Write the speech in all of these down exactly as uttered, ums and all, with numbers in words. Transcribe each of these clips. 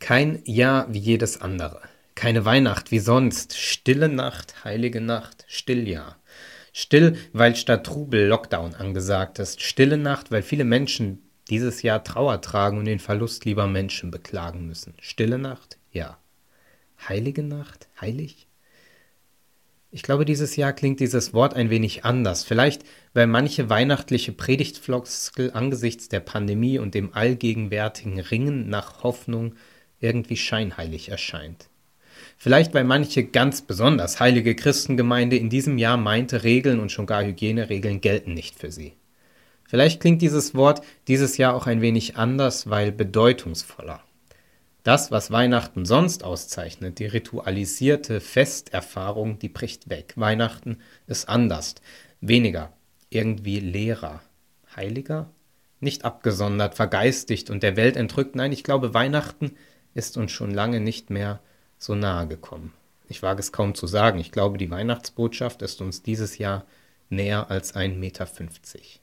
Kein Jahr wie jedes andere. Keine Weihnacht wie sonst. Stille Nacht, heilige Nacht, Stilljahr. Still, weil statt Trubel Lockdown angesagt ist. Stille Nacht, weil viele Menschen dieses Jahr Trauer tragen und den Verlust lieber Menschen beklagen müssen. Stille Nacht? Ja. Heilige Nacht? Heilig? Ich glaube, dieses Jahr klingt dieses Wort ein wenig anders. Vielleicht, weil manche weihnachtliche Predigtfloskel angesichts der Pandemie und dem allgegenwärtigen Ringen nach Hoffnung irgendwie scheinheilig erscheint. Vielleicht, weil manche ganz besonders heilige Christengemeinde in diesem Jahr meinte, Regeln und schon gar Hygieneregeln gelten nicht für sie. Vielleicht klingt dieses Wort dieses Jahr auch ein wenig anders, weil bedeutungsvoller. Das, was Weihnachten sonst auszeichnet, die ritualisierte Festerfahrung, die bricht weg. Weihnachten ist anders, weniger, irgendwie leerer, heiliger, nicht abgesondert, vergeistigt und der Welt entrückt. Nein, ich glaube, Weihnachten ist uns schon lange nicht mehr so nahe gekommen. Ich wage es kaum zu sagen. Ich glaube, die Weihnachtsbotschaft ist uns dieses Jahr näher als ein Meter fünfzig.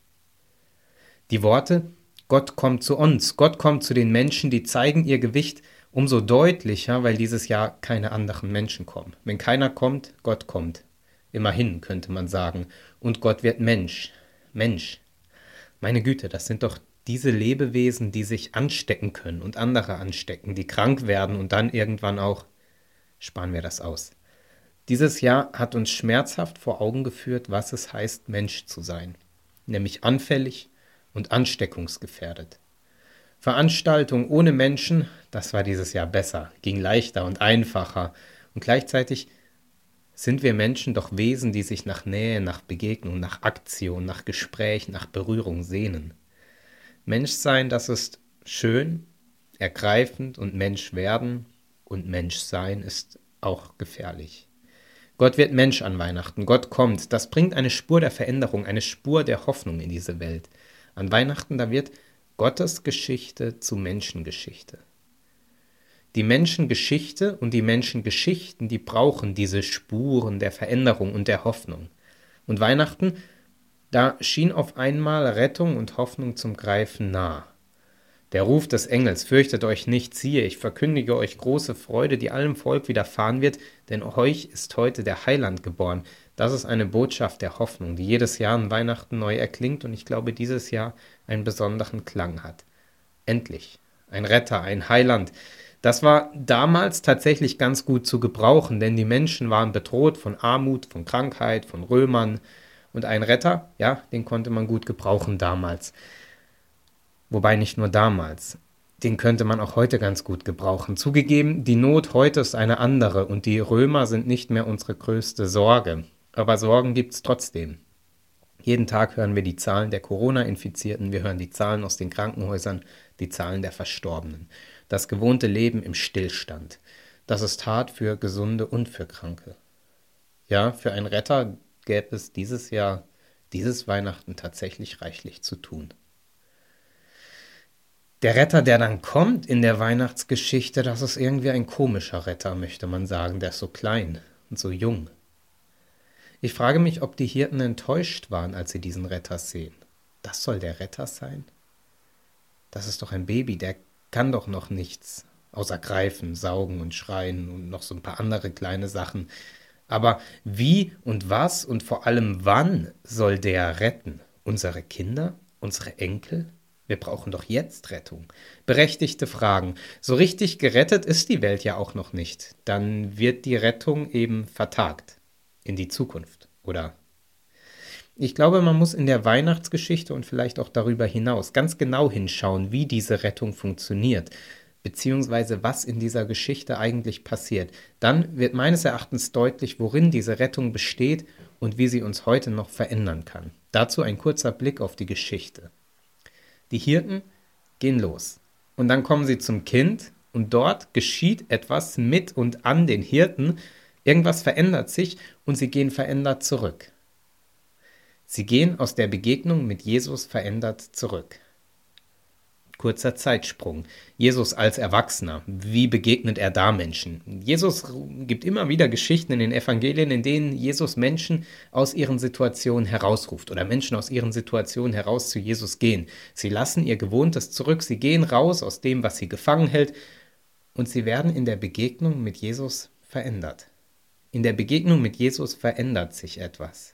Die Worte Gott kommt zu uns, Gott kommt zu den Menschen, die zeigen ihr Gewicht umso deutlicher, weil dieses Jahr keine anderen Menschen kommen. Wenn keiner kommt, Gott kommt. Immerhin, könnte man sagen. Und Gott wird Mensch. Mensch. Meine Güte, das sind doch diese Lebewesen, die sich anstecken können und andere anstecken, die krank werden und dann irgendwann auch, sparen wir das aus. Dieses Jahr hat uns schmerzhaft vor Augen geführt, was es heißt, Mensch zu sein. Nämlich anfällig und ansteckungsgefährdet. Veranstaltungen ohne Menschen, das war dieses Jahr besser, ging leichter und einfacher. Und gleichzeitig sind wir Menschen doch Wesen, die sich nach Nähe, nach Begegnung, nach Aktion, nach Gespräch, nach Berührung sehnen. Menschsein, das ist schön, ergreifend und Menschwerden und Menschsein ist auch gefährlich. Gott wird Mensch an Weihnachten, Gott kommt, das bringt eine Spur der Veränderung, eine Spur der Hoffnung in diese Welt. An Weihnachten, da wird Gottes Geschichte zu Menschengeschichte. Die Menschengeschichte und die Menschengeschichten, die brauchen diese Spuren der Veränderung und der Hoffnung. Und Weihnachten, da schien auf einmal Rettung und Hoffnung zum Greifen nah. Der Ruf des Engels, fürchtet euch nicht, siehe, ich verkündige euch große Freude, die allem Volk widerfahren wird, denn euch ist heute der Heiland geboren. Das ist eine Botschaft der Hoffnung, die jedes Jahr an Weihnachten neu erklingt und ich glaube, dieses Jahr einen besonderen Klang hat. Endlich, ein Retter, ein Heiland. Das war damals tatsächlich ganz gut zu gebrauchen, denn die Menschen waren bedroht von Armut, von Krankheit, von Römern und ein Retter, ja, den konnte man gut gebrauchen damals. Wobei nicht nur damals. Den könnte man auch heute ganz gut gebrauchen. Zugegeben, die Not heute ist eine andere und die Römer sind nicht mehr unsere größte Sorge. Aber Sorgen gibt's trotzdem. Jeden Tag hören wir die Zahlen der Corona-Infizierten, wir hören die Zahlen aus den Krankenhäusern, die Zahlen der Verstorbenen. Das gewohnte Leben im Stillstand. Das ist hart für Gesunde und für Kranke. Ja, für einen Retter gäbe es dieses Jahr, dieses Weihnachten tatsächlich reichlich zu tun. Der Retter, der dann kommt in der Weihnachtsgeschichte, das ist irgendwie ein komischer Retter, möchte man sagen. Der ist so klein und so jung. Ich frage mich, ob die Hirten enttäuscht waren, als sie diesen Retter sehen. Das soll der Retter sein? Das ist doch ein Baby, der kann doch noch nichts, außer greifen, saugen und schreien und noch so ein paar andere kleine Sachen. Aber wie und was und vor allem wann soll der retten? Unsere Kinder? Unsere Enkel? Wir brauchen doch jetzt Rettung. Berechtigte Fragen. So richtig gerettet ist die Welt ja auch noch nicht. Dann wird die Rettung eben vertagt. In die Zukunft, oder? Ich glaube, man muss in der Weihnachtsgeschichte und vielleicht auch darüber hinaus ganz genau hinschauen, wie diese Rettung funktioniert, beziehungsweise was in dieser Geschichte eigentlich passiert. Dann wird meines Erachtens deutlich, worin diese Rettung besteht und wie sie uns heute noch verändern kann. Dazu ein kurzer Blick auf die Geschichte. Die Hirten gehen los und dann kommen sie zum Kind und dort geschieht etwas mit und an den Hirten. Irgendwas verändert sich und sie gehen verändert zurück. Sie gehen aus der Begegnung mit Jesus verändert zurück. Kurzer Zeitsprung. Jesus als Erwachsener. Wie begegnet er da Menschen? Jesus gibt immer wieder Geschichten in den Evangelien, in denen Jesus Menschen aus ihren Situationen herausruft oder Menschen aus ihren Situationen heraus zu Jesus gehen. Sie lassen ihr Gewohntes zurück, sie gehen raus aus dem, was sie gefangen hält Und sie werden in der Begegnung mit Jesus verändert. In der Begegnung mit Jesus verändert sich etwas.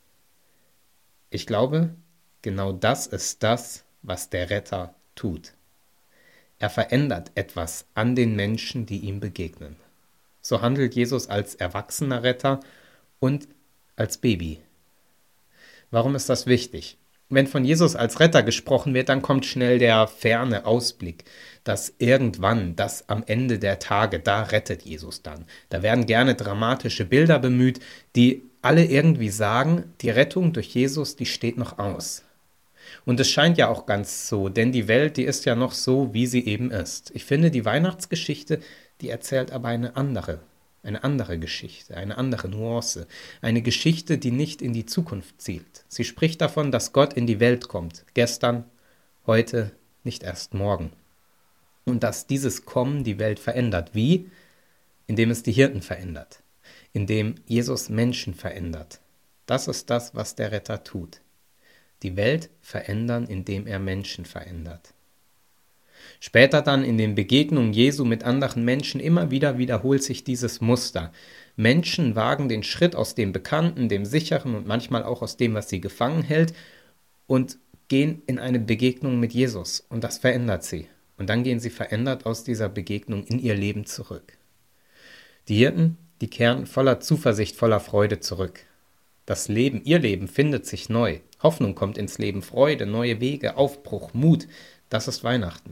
Ich glaube, genau das ist das, was der Retter tut. Er verändert etwas an den Menschen, die ihm begegnen. So handelt Jesus als erwachsener Retter und als Baby. Warum ist das wichtig? Wenn von Jesus als Retter gesprochen wird, dann kommt schnell der ferne Ausblick, dass irgendwann, dass am Ende der Tage, da rettet Jesus dann. Da werden gerne dramatische Bilder bemüht, die alle irgendwie sagen, die Rettung durch Jesus, die steht noch aus. Und es scheint ja auch ganz so, denn die Welt, die ist ja noch so, wie sie eben ist. Ich finde, die Weihnachtsgeschichte, die erzählt aber eine andere Eine andere Geschichte, eine andere Nuance, eine Geschichte, die nicht in die Zukunft zielt. Sie spricht davon, dass Gott in die Welt kommt, gestern, heute, nicht erst morgen. Und dass dieses Kommen die Welt verändert. Wie? Indem es die Hirten verändert, indem Jesus Menschen verändert. Das ist das, was der Retter tut. Die Welt verändern, indem er Menschen verändert. Später dann in den Begegnungen Jesu mit anderen Menschen immer wieder wiederholt sich dieses Muster. Menschen wagen den Schritt aus dem Bekannten, dem Sicheren und manchmal auch aus dem, was sie gefangen hält, und gehen in eine Begegnung mit Jesus. Und das verändert sie. Und dann gehen sie verändert aus dieser Begegnung in ihr Leben zurück. Die Hirten, die kehren voller Zuversicht, voller Freude zurück. Das Leben, ihr Leben findet sich neu. Hoffnung kommt ins Leben, Freude, neue Wege, Aufbruch, Mut. Das ist Weihnachten.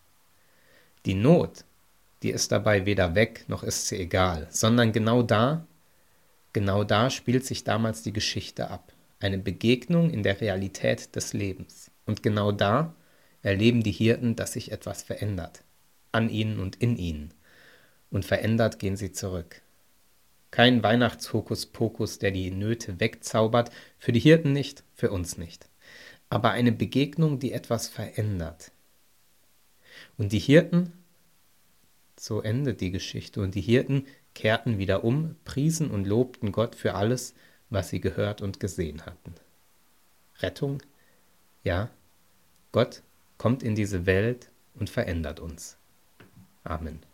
Die Not, die ist dabei weder weg, noch ist sie egal, sondern genau da, genau da spielt sich damals die Geschichte ab. Eine Begegnung in der Realität des Lebens. Und genau da erleben die Hirten, dass sich etwas verändert. An ihnen und in ihnen. Und verändert gehen sie zurück. Kein Weihnachtshokuspokus, der die Nöte wegzaubert, für die Hirten nicht, für uns nicht. Aber eine Begegnung, die etwas verändert. Und die Hirten, so endet die Geschichte, und die Hirten kehrten wieder um, priesen und lobten Gott für alles, was sie gehört und gesehen hatten. Rettung? Ja, Gott kommt in diese Welt und verändert uns. Amen.